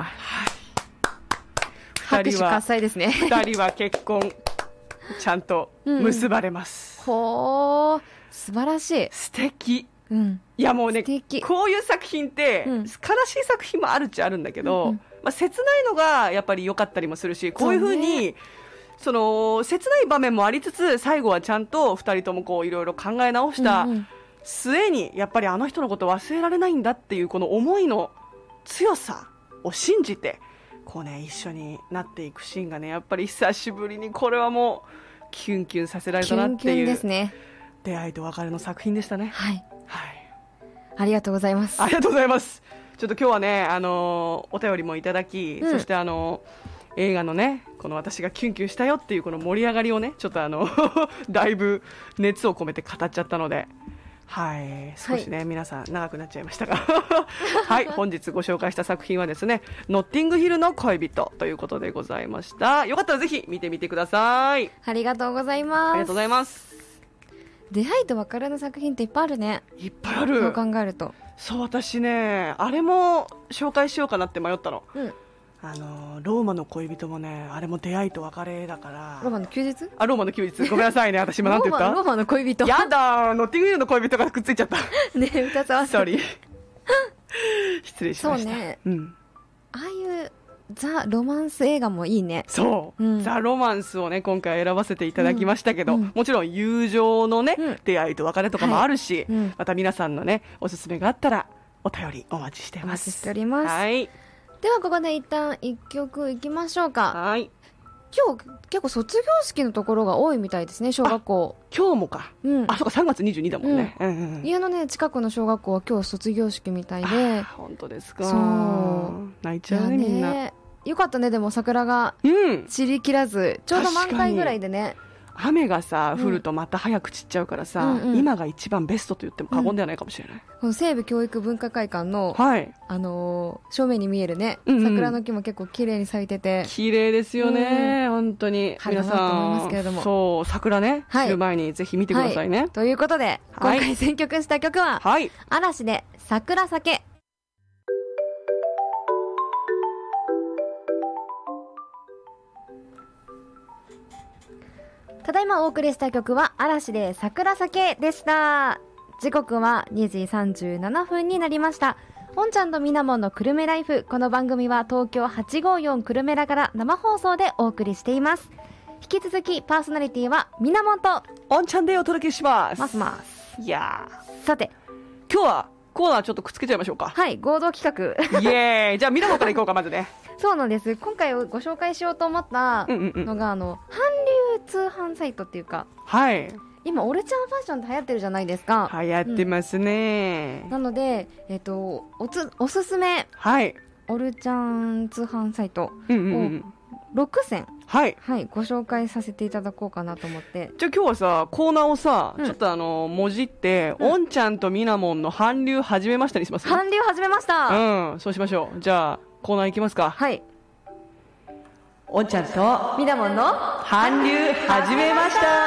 拍手喝采ですね。 ふたりは結婚ちゃんと結ばれます、 うん、ほー素晴らしい、 素敵、うん、いやもうねこういう作品って、うん、悲しい作品もあるっちゃあるんだけど、うんうん、まあ、切ないのがやっぱり良かったりもするし、こういう風にその切ない場面もありつつ最後はちゃんとふたりともこういろいろ考え直した末に、やっぱりあの人のこと忘れられないんだっていうこの思いの強さを信じてこうね一緒になっていくシーンがね、やっぱり久しぶりにこれはもうキュンキュンさせられたなっていうキュンキュンですね。 出会いと別れの作品でしたね。 はい、はい、ありがとうございます。 ありがとうございます。 ちょっと今日はね、あのーお便りもいただき、 うんそしてあのー映画のね、この私がキュンキュンしたよっていうこの盛り上がりをね、ちょっとあのだいぶ熱を込めて語っちゃったので、はい、少しね、はい、皆さん長くなっちゃいましたがはい、本日ご紹介した作品はですね、ノッティングヒルの恋人ということでございました。よかったらぜひ見てみてください。 ありがとうございます。 ありがとうございます。 出会いと別れの作品っていっぱいあるね。 いっぱいある。 そう考えると、 そう、私ね、あれも紹介しようかなって迷ったの。 うん、 あのローマの恋人もね、あれも出会いと別れだから。 ローマの休日あ、ローマの休日、ごめんなさいね、私今なんて言ったローマの恋人。 やだ、ノッティングヒルの恋人がくっついちゃったねえ、二つ合わせてソリ失礼しました。 そうね、 うん、 ああいうザ・ロマンス映画もいいね。 そう、うん、ザ・ロマンスをね今回選ばせていただきましたけど、 うんうん、 もちろん友情のね、うん、出会いと別れとかもあるし、 はい、うん、 また皆さんのねおすすめがあったらお便りお待ちしています。 お待ちしております。 はい、 ではここで一旦一曲いきましょうか。 はい、 今日結構卒業式のところが多いみたいですね、小学校。 今日もか、うん、あ、そうか、さんがつにじゅうにだもんね、うんうんうん、 家のね近くの小学校は今日卒業式みたいで。 本当ですか。 そう泣いちゃうね、みんな。 よかったね、でも桜が散り切らず、うん、ちょうど満開ぐらいでね。 雨がさ降るとまた早く散っちゃうからさ、うんうん、今が一番ベストと言っても過言ではないかもしれない、うん、 この西部教育文化会館の、 はい、 あのー、正面に見えるね、うんうん、桜の木も結構綺麗に咲いてて綺麗ですよね、うん、本当に皆さん、 思いますけれども、 そう桜ね、はい、散る前にぜひ見てくださいね、はい、 ということで今回選曲した曲は、はい、嵐で桜酒。ただいまお送りした曲は嵐で桜酒でした。時刻はにじさんじゅうななふんになりました。おんちゃんとみなもんのくるめライフ、この番組は東京はちごーよんくるめらから生放送でお送りしています。引き続きパーソナリティはみなもんとおんちゃんでお届けします。 ますます。 いやー、さて今日はコーナーちょっとくっつけちゃいましょうか。 はい、合同企画イエーイじゃあみなもんからいこうかまずねそうなんです。今回ご紹介しようと思ったのが、うんうんうん、あの韓流通販サイトっていうか、 はい、 今オルちゃんファッションって流行ってるじゃないですか。 流行ってますね、 うん、なので、えーと、おつおすすめ、 はい、 オルちゃん通販サイトをろくせん、 はい、 はい、ご紹介させていただこうかなと思って。 じゃあ今日はさコーナーをさ、うん、ちょっとあのもじって、うん、おんちゃんとみなもんの韓流始めましたにします。 韓流始めました。 うん、そうしましょう。じゃあコーナーいきますか。 はい、 おんちゃんとみなもんの韓流始めました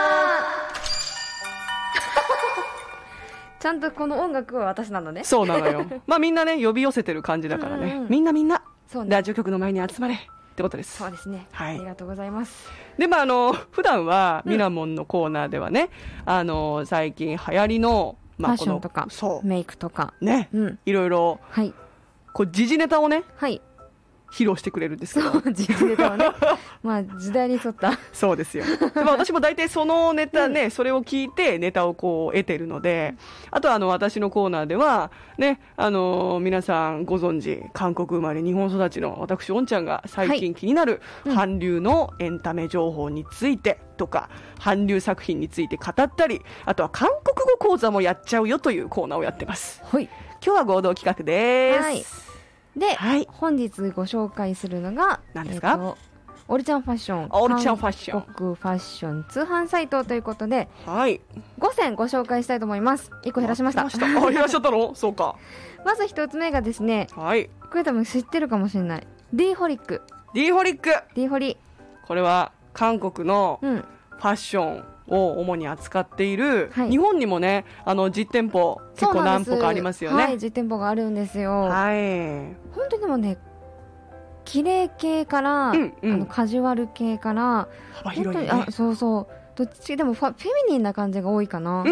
ちゃんとこの音楽は私なのね。 そうなのよまあみんなね呼び寄せてる感じだからね、うんうん、みんなみんな、ね、ラジオ局の前に集まれってことです。 そうですね、はい、ありがとうございます。 で、まあ、あの普段はみなもんのコーナーではね、うん、あの最近流行りの、 まあ、ファッションとかメイクとかね、うん、いろいろ、はい、こう時事ネタをね、はい、披露してくれるんですけど、 時事ネタをねまあ時代に沿ったそうですよで、まあ、私も大体そのネタね、うん、それを聞いてネタをこう得てるので、あとはあの私のコーナーではね、あのー、皆さんご存知韓国生まれ日本育ちの私おんちゃんが最近気になる韓流のエンタメ情報についてとか、韓流作品について語ったり、あとは韓国語講座もやっちゃうよというコーナーをやってます。はい、今日は合同企画です。はい、 で、はい、本日ご紹介するのが何ですか、えーと、 オルちゃんファッション、 オルちゃんファッション、 韓国ファッション通販サイトということで、 はい、 ごせんご紹介したいと思います。いっこ減らしました。 あ、減らしちゃったのそうか。 まずひとつめがですね、はい、これ多分知ってるかもしれない D ホリック D ホリック D ホリ、 これは韓国のファッションを主に扱っている、はい、日本にもね、あの実店舗結構何個かありますよね。 はい、実店舗があるんですよ。 はい、 本当にでもね、綺麗系から、うんうん、あのカジュアル系から幅広いね。 あ、そうそう、どっちでもファフェミニンな感じが多いかな。 うん、うん、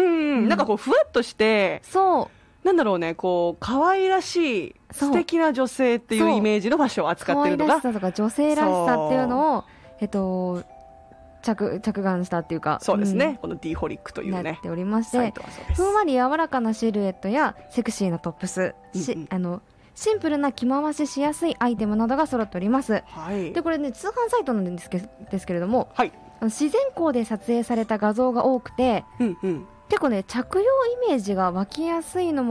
なんかこうふわっとして、そうなんだろうね、こう可愛らしい素敵な女性っていうイメージのファッションを扱ってるのが、 可愛らしさとか女性らしさっていうのをえっと着, 着眼したっていうか、 そうですね、うん、この D ホリックというねなっておりまして、ふんわり柔らかなシルエットやセクシーなトップス、うんうん、あのシンプルな着回ししやすいアイテムなどが揃っております、はい、でこれね通販サイトなんですけですけれども、はい、自然光で撮影された画像が多くて、うんうん、結構ね着用イメージが湧きやすいのも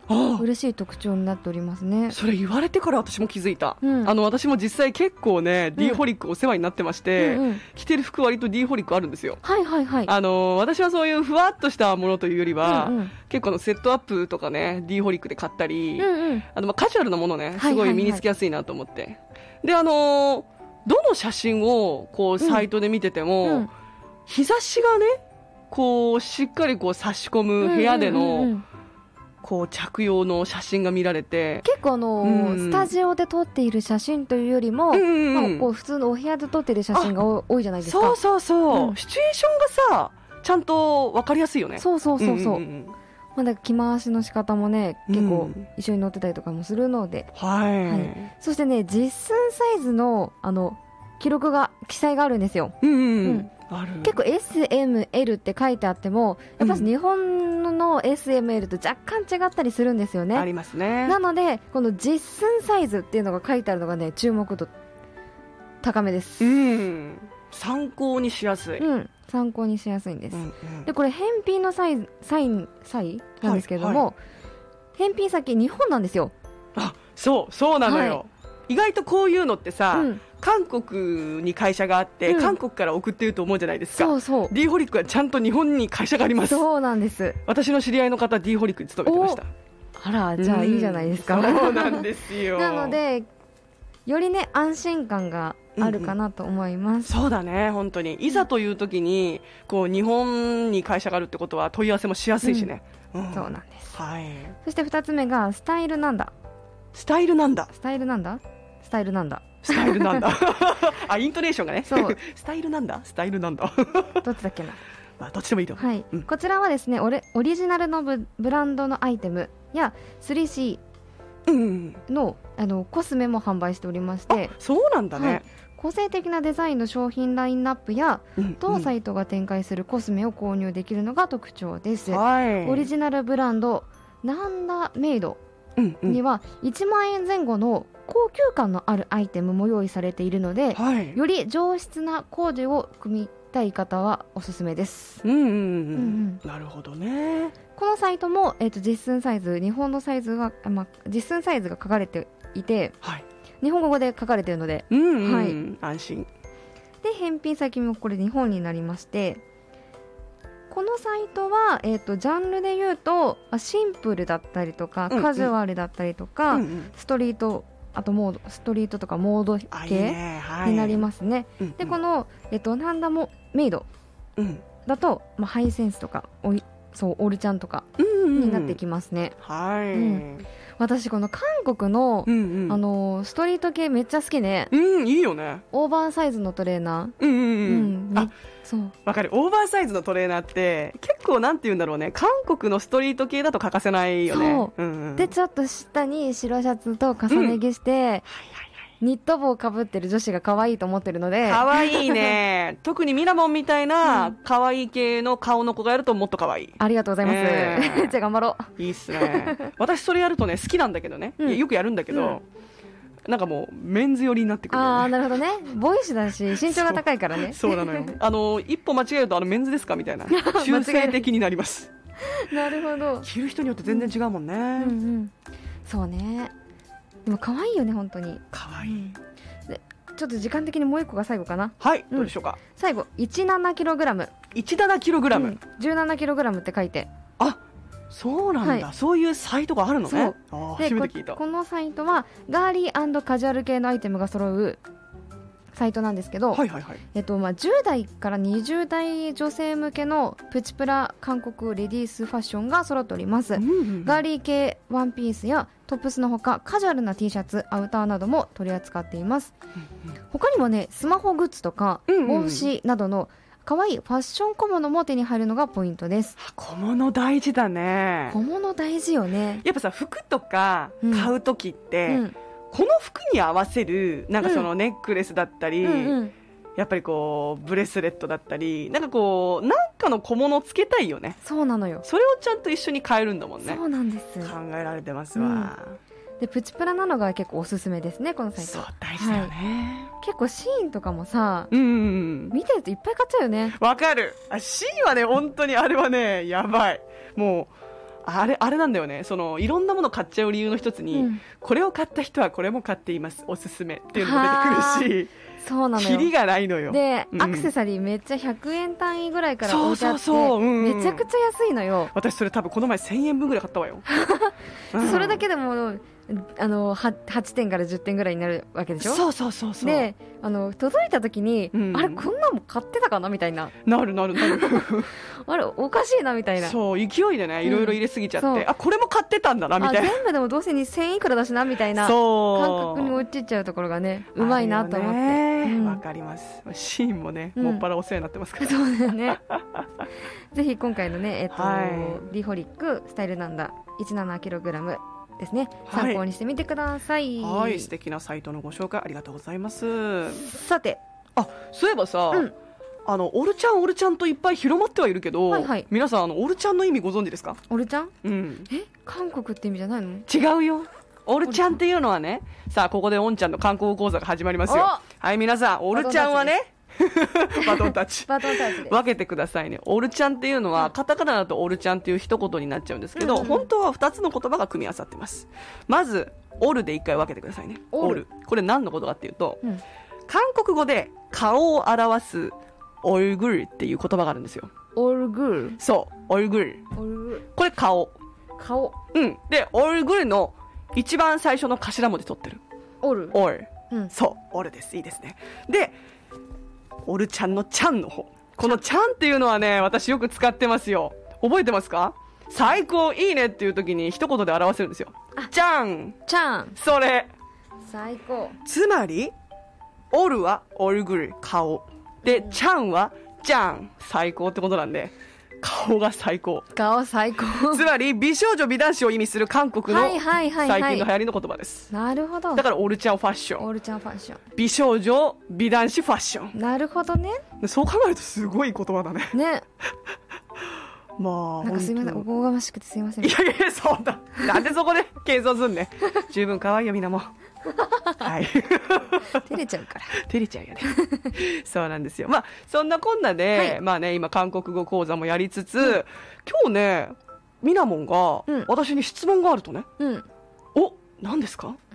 嬉しい特徴になっておりますね。 それ言われてから私も気づいた、うん、あの私も実際結構ね、うん、D ホリックお世話になってまして、うんうん、着てる服割と D ホリックあるんですよ。 はいはいはい。 あの私はそういうふわっとしたものというよりは、うんうん、結構のセットアップとかね D ホリックで買ったり、うんうん、あのまあカジュアルなものねすごい身につきやすいなと思って、はいはいはい、であのどの写真をこうサイトで見てても、うんうん、日差しがねこうしっかりこう差し込む部屋での、うんうんうん、こう着用の写真が見られて、 結構あの、うん、スタジオで撮っている写真というよりも、うんうんまあ、こう普通のお部屋で撮っている写真が多いじゃないですか。 そうそうそう、うん、シチュエーションがさちゃんと分かりやすいよね。 そうそうそうそう、うんうんうんまあ、だから着回しの仕方もね結構一緒に載ってたりとかもするので、 うんはい、はい、 そしてね実寸サイズのあの記録が記載があるんですよ、 うんうんうんある結構 エスエムエル って書いてあってもやっぱり日本の エスエムエル と若干違ったりするんですよね、 うん、ありますね。 なのでこの実寸サイズっていうのが書いてあるのがね注目度高めです、 うん、参考にしやすい、 うん、参考にしやすいんです、うんうん、でこれ返品のサイサインサイなんですけれども、はいはい、返品先日本なんですよ。 あそうそうなのよ、はい、意外とこういうのってさ、うん韓国に会社があって、うん、韓国から送っていると思うじゃないですか。 そうそう D ホリックはちゃんと日本に会社があります。 そうなんです。 私の知り合いの方 D ホリックに勤めてました。 あらじゃあいいじゃないですか。 そうなんですよなのでよりね安心感があるかなと思います、 うんうん、そうだね本当にいざという時にこう日本に会社があるってことは問い合わせもしやすいしね、 うんうん、そうなんです、 はい、 そしてふたつめがスタイルなんだスタイルなんだスタイルなんだスタイルなんだスタイルなんだあイントネーションがねそうスタイルなんだスタイルなんだどっちだっけな、 まあ、どっちでもいいと思う、 はいうん、こちらはですねオレオリジナルの ブ, ブランドのアイテムや スリーシー の,、うん、あのコスメも販売しておりまして。 そうなんだね、はい、 個性的なデザインの商品ラインナップや、うんうん、当サイトが展開するコスメを購入できるのが特徴です、はい、オリジナルブランドなんだメイドにはいちまんえん前後の高級感のあるアイテムも用意されているので、はい、より上質なコーデを組みたい方はおすすめです。 うんうんうんうん、なるほどね。 このサイトも、えーと、実寸サイズ日本のサイズが、まあ、実寸サイズが書かれていて、はい、日本語で書かれているので、 うんうんはい、安心で返品先もこれ日本になりまして、このサイトは、えーと、ジャンルで言うとシンプルだったりとか、うんうん、カジュアルだったりとか、うんうん、ストリートあとモードストリートとかモード系になりますね。いいね、はい、でこの、えっと、なんだもメイドだと、うんまあ、ハイセンスとかおいそうオールちゃんとかになってきますね。 うんうんはい、うん、 私この韓国の、うんうん、あのストリート系めっちゃ好きね。 うんいいよね。 オーバーサイズのトレーナー、 うんうんうんうん、 あそうわかる。オーバーサイズのトレーナーって結構なんて言うんだろうね、韓国のストリート系だと欠かせないよね。 そう、うんうん、でちょっと下に白シャツと重ね着して、うんはいはいはいニット帽をかぶってる女子が可愛いと思ってるので。 可愛いね特にミラモンみたいな可愛い系の顔の子がやるともっと可愛い。 ありがとうございます、えー、じゃあ頑張ろう。いいっすね私それやるとね好きなんだけどね、うん、よくやるんだけど、うんなんかもうメンズ寄りになってくる、ね、 ああなるほどね。ボーイッシュだし身長が高いからねそうなのよあの一歩間違えるとあのメンズですかみたいな中性的になりますなるほど。 着る人によって全然違うもんね、うんうんうん、 そうね。でも可愛いよね本当に可愛い、うんでちょっと時間的にもう一個が最後かな。 はい、うん、どうでしょうか。 最後 じゅうななキログラムじゅうななキログラム、うん、 じゅうななキログラムって書いて。 あそうなんだ、はい、そういうサイトがあるのね。あ初めて聞いた。 こ, このサイトはガーリー&カジュアル系のアイテムが揃うサイトなんですけど、はいはいはいえっとまあ、じゅう代からにじゅう代女性向けのプチプラ韓国レディースファッションが揃っております、うんうんうん、ガーリー系ワンピースやトップスのほかカジュアルな T シャツアウターなども取り扱っています、うんうん、他にもねスマホグッズとか帽子などの可愛いファッション小物も手に入るのがポイントです。 小物大事だね。 小物大事よね。 やっぱさ服とか買うときって、うんうんこの服に合わせるなんかそのネックレスだったり、うんうんうん、やっぱりこうブレスレットだったりなんかこうなんかの小物をつけたいよね。 そうなのよ。 それをちゃんと一緒に買えるんだもんね。 そうなんです。 考えられてますわ、うん、 でプチプラなのが結構おすすめですねこのサイト。 そう大事だよね、 はい、結構シーンとかもさ、 うんうんうん、 見てるといっぱい買っちゃうよね。 わかる。あシーンはね本当にあれはねやばい。もうあれあれなんだよね、そのいろんなもの買っちゃう理由の一つに、うん、これを買った人はこれも買っていますおすすめっていうのも出てくるし、 そうなのよ、 キリがないのよ。 で、 うん、 アクセサリーめっちゃひゃくえん単位ぐらいから置いてあって、 そうそうそう、うん、 めちゃくちゃ安いのよ。 私それ多分この前せんえんぶんぐらい買ったわよ、 うん、それだけでもあの はちてんからじゅってんぐらいになるわけでしょ。 そうそうそうそう。 であの届いた時に、うん、あれこんなんも買ってたかなみたいな、 なるなるなるあれおかしいなみたいな、 そう勢いでねいろいろ入れすぎちゃって、うん、あこれも買ってたんだなみたいな、 あ全部でもどうせにせんいくらだしなみたいな感覚に陥っちゃうところがねうまいなと思って。わ、 うん、かります。シーンもね、うん、もっぱらお世話になってますから、 そうだよねぜひ今回のね、えっとはい、リホリックスタイルなんだ いちじゅうななキログラムですね、参考にしてみてください。 はい、素敵なサイトのご紹介ありがとうございます。 さて、 あそういえばさ、うん、あのオルちゃんオルちゃんといっぱい広まってはいるけど、はいはい、皆さんあのオルちゃんの意味ご存知ですか？ オルちゃん、 うん、 え韓国って意味じゃないの？ 違うよ。オルちゃんっていうのはね、さあここでオンちゃんの韓国講座が始まりますよ。はい皆さん、オルちゃんはねバトンタッチバトンタッチで分けてくださいね。オルちゃんっていうのは、うん、カタカナだとオルちゃんっていう一言になっちゃうんですけど、うんうん、本当はふたつの言葉が組み合わさってます。まずオルで一回分けてくださいね。オル、これ何のことかっていうと、うん、韓国語で顔を表すオルグルっていう言葉があるんですよ。 オルグル、 そうオルグル、 オルグル、 これ顔顔、 うんでオルグルの一番最初の頭文字取ってるオル、 オル、うん、そうオルです。いいですね。でオルちゃんのちゃんの方、このちゃんっていうのはね私よく使ってますよ。覚えてますか？最高いいねっていう時に一言で表せるんですよ。ちゃんちゃん、 それ最高。 つまりオルはオルグル顔で、うん、ちゃんはちゃん最高ってことなんで、顔が最高、 顔最高つまり美少女美男子を意味する韓国の最近の流行りの言葉です。 なるほど。 だからオルちゃんファッション、 オルちゃんファッション、 美少女美男子ファッション。 なるほどね。 そう考えるとすごい言葉だね。 ねまあなんかすいません、おこがましくてすいません。 いやいやそうだ、なんでそこで謙遜すんね十分可愛いよみんなもはい照れちゃうから照れちゃうよねそうなんですよ。まあそんなこんなで、はい、まあね今韓国語講座もやりつつ、うん、今日ねみなもんが、うん、私に質問があるとね、うん、お何ですか？うん、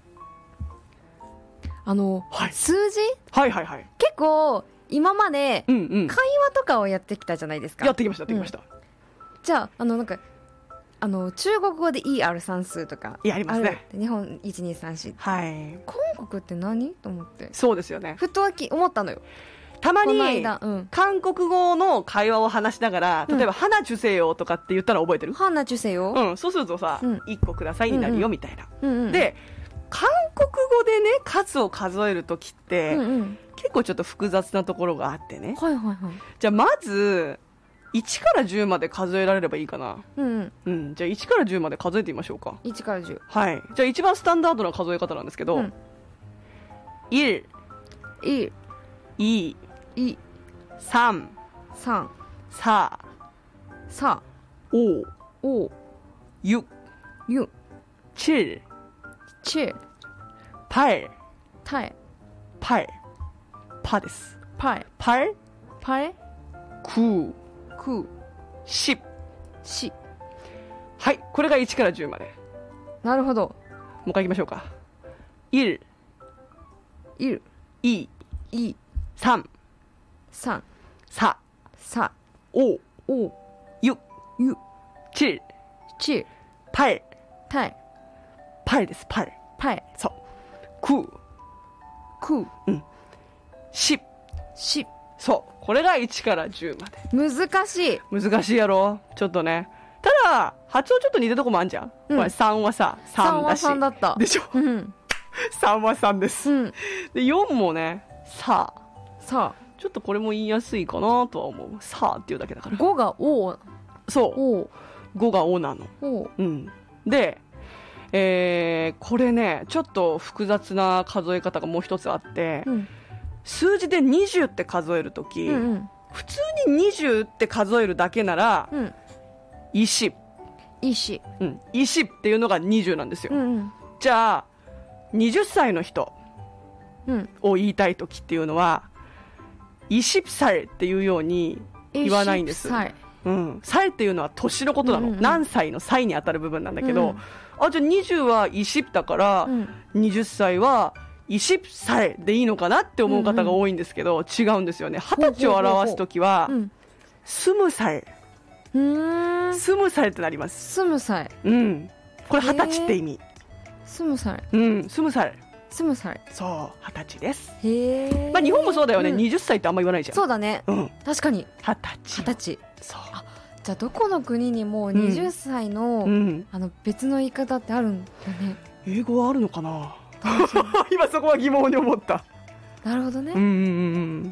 あの、はい、数字、 はいはいはい、 結構今まで会話とかをやってきたじゃないですか。 うんうん、やってきましたやってきました、うん、 じゃああのなんかあの中国語で イーアール 算数とかやりますね。 日本いちにさんし、 はい、 韓国って何と思って。 そうですよね、 ふと思ったのよ。 たまに、うん、韓国語の会話を話しながら、例えば、うん、花受精よとかって言ったら覚えてる？ 花受精よ、 うん、そうするとさ、うん、いっこくださいになるよみたいな、 うんうん、 で韓国語でね数を数えるときって、うんうん、結構ちょっと複雑なところがあってね、 はいはいはい、 じゃあまずいちからじゅうまで数えられればいいかな、 うんうんうん、じゃあいちからじゅうまで数えてみましょうか。 いちからじゅう、 はい、じゃあ一番スタンダードな数え方なんですけど、うん、いち、 いち、 に、さん、 さん、 さ、 さ、 お、 お、 ゆ、 ゆ、 ち、 ち、 ぱい、 たい、 ぱい、ぱです。 ぱい、 ぱい、 ぱい、 く、 く、 し、 し。 はい、これがいちからじゅうまで。 なるほど。 もう一回いきましょうか。いち、 いち、 に、 に、 さん、 さん、 さ、 さ、 お、 お、 ゆ、 ゆ、 ち、 ち、 ぱい、 たい、 ぱいです、ぱい。 ぱい。 そう。く、 く、 うん。し、 し。 そう。これがいちからじゅうまで。 難しい。 難しいやろちょっとね。ただ、発音ちょっと似てるとこもあるじゃん。うん、これさんはさ、さんだし。 さんはさんだった。 でしょ、うん、さんはさんです。うん、で、よんもね、さ、 さ、 ちょっとこれも言いやすいかなとは思う。さっていうだけだから。 ごがお。 そう。 お。 ごがおなの。 お。 うん。で、えー、これね、ちょっと複雑な数え方がもう一つあって、うん、数字でにじゅうって数えるとき、うんうん、普通ににじゅうって数えるだけなら、うん、石。 石。 うん。石っていうのがにじゅうなんですよ。 うんうん、 じゃあ、はたちの人を言いたいときっていうのは、イシプサルっていうように言わないんです。 うん、歳っていうのは年のことなの、うんうん、何歳の歳に当たる部分なんだけど、うん、あじゃあにじゅうはいしだから、うん、にじゅっさいはいし歳でいいのかなって思う方が多いんですけど、うんうん、違うんですよね。はたちを表すときは、うん、住む歳、うーん、住む歳ってなります。 住む歳、 うん、これはたちって意味。 住む歳、 うん、住む歳、 住む歳、 そうはたちです。 へえ、 まあ、日本もそうだよね、うん、にじゅっさいってあんま言わないじゃん。 そうだね、うん、確かにはたち、 はたち、 そう、 あじゃあどこの国にもにじゅっさいの、うん、あの別の言い方ってあるんだね。 英語はあるのかな今そこは疑問に思った。 なるほどね、 うんうんうん、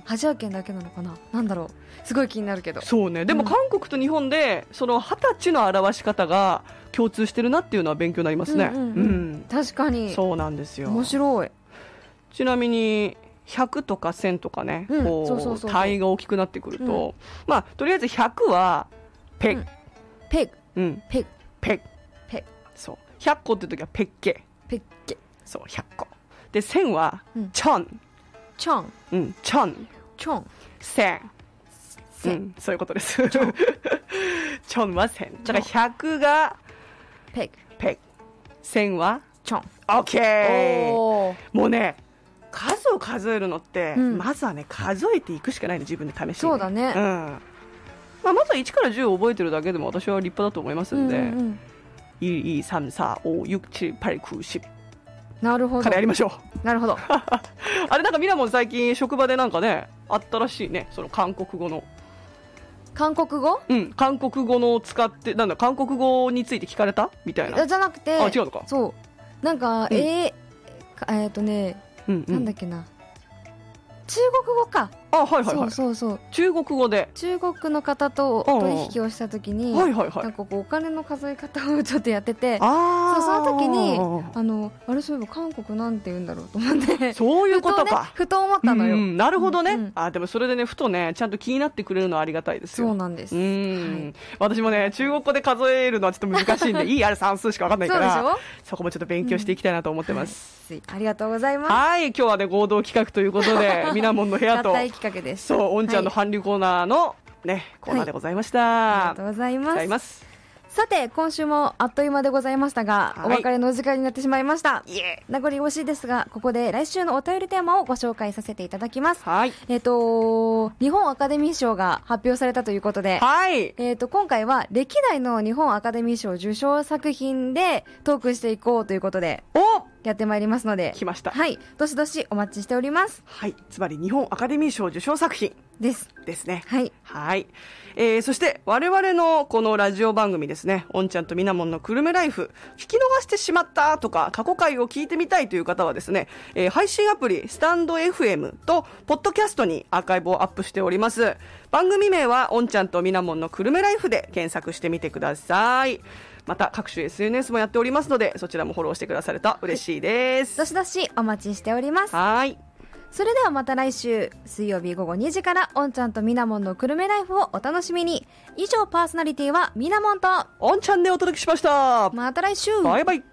アジア圏だけなのかな、なんだろう、すごい気になるけど。 そうね、でも韓国と日本でそのはたちの表し方が共通してるなっていうのは勉強になりますね、うんうんうんうん、 確かにそうなんですよ。 面白い。 ちなみにひゃくとかせんとかね、うん、こうそうそうそうそう単位が大きくなってくると、うん、まあとりあえずひゃくはペグ、うん、 ペグ、 うん、 ペグペグペグ、 そうひゃっこって時はペッケ、 ペッケ、 そうひゃっこで、せんは、うん、チョン、 チョン、 うん、チョン、 チョン、 せん、うん、そういうことです。チョン、チョンはせん。だからひゃくがペグ、 ペグ、せんはチョン。 オッケー。もうね、数を数えるのって、うん、まずはね数えていくしかないの、自分で試して、ね。 そうだね。 うん。まあまずはいちからじゅうを覚えてるだけでも私は立派だと思いますんで。うんうん、いち、に、さん、さん、ご、ろく、なな、はち、きゅう、じゅう。 なるほど。 からやりましょう。なるほど。 あれなんかみなもん最近職場でなんかねあったらしいね、その韓国語の。 韓国語？ うん、韓国語の使ってなんだ韓国語について聞かれたみたいな。 じゃなくて、 あ違うのか。 そうなんか、うん、えー、えー、っとね、うんうん、なんだっけな、中国語か。 あ、はいはいはい。 そうそうそう。 中国語で。 中国の方と取引をしたときに、はいはいはい。なんかこうお金の数え方をちょっとやってて、あそうその時にあのあれそういえば韓国なんて言うんだろうと思って。そういうことか。ふと、ね、思ったのよ。うん、 なるほどね。うんうん、あでもそれでねふとねちゃんと気になってくれるのはありがたいですよ。 そうなんです。 うん、はい、私もね中国語で数えるのはちょっと難しいんでいいあれ算数しかわかんないから。そうでしょ。そこもちょっと勉強していきたいなと思ってます。 うんはい、ありがとうございます。 はい今日はね合同企画ということでみなもんの部屋と。 合体企画です。 そうおんちゃんの韓流コーナーの、ね、コーナーでございました、はい、 ありがとうございます。ございます。さて今週もあっという間でございましたが、はい、お別れのお時間になってしまいました。名残惜しいですがここで来週のお便りテーマをご紹介させていただきます。はい、えっ、ー、と日本アカデミー賞が発表されたということで、はい、えっ、ー、と今回は歴代の日本アカデミー賞受賞作品でトークしていこうということでおやってまいりますので、 来ました。 はい、どしどしお待ちしております。 はい、つまり日本アカデミー賞受賞作品ですですね。 はい、 はい、えー、そして我々のこのラジオ番組ですね、おんちゃんとみなもんのくるめライフ聞き逃してしまったとか過去回を聞いてみたいという方はですね、えー、配信アプリスタンド エフエム とポッドキャストにアーカイブをアップしております。番組名はおんちゃんとみなもんのくるめライフで検索してみてください。また各種 エスエヌエス もやっておりますのでそちらもフォローしてくださると嬉しいです。 どしどしお待ちしております。 はい、 それではまた来週水曜日午後にじからおんちゃんとみなもんのくるめライフをお楽しみに。以上パーソナリティはみなもんとおんちゃんでお届けしました。 また来週。 バイバイ。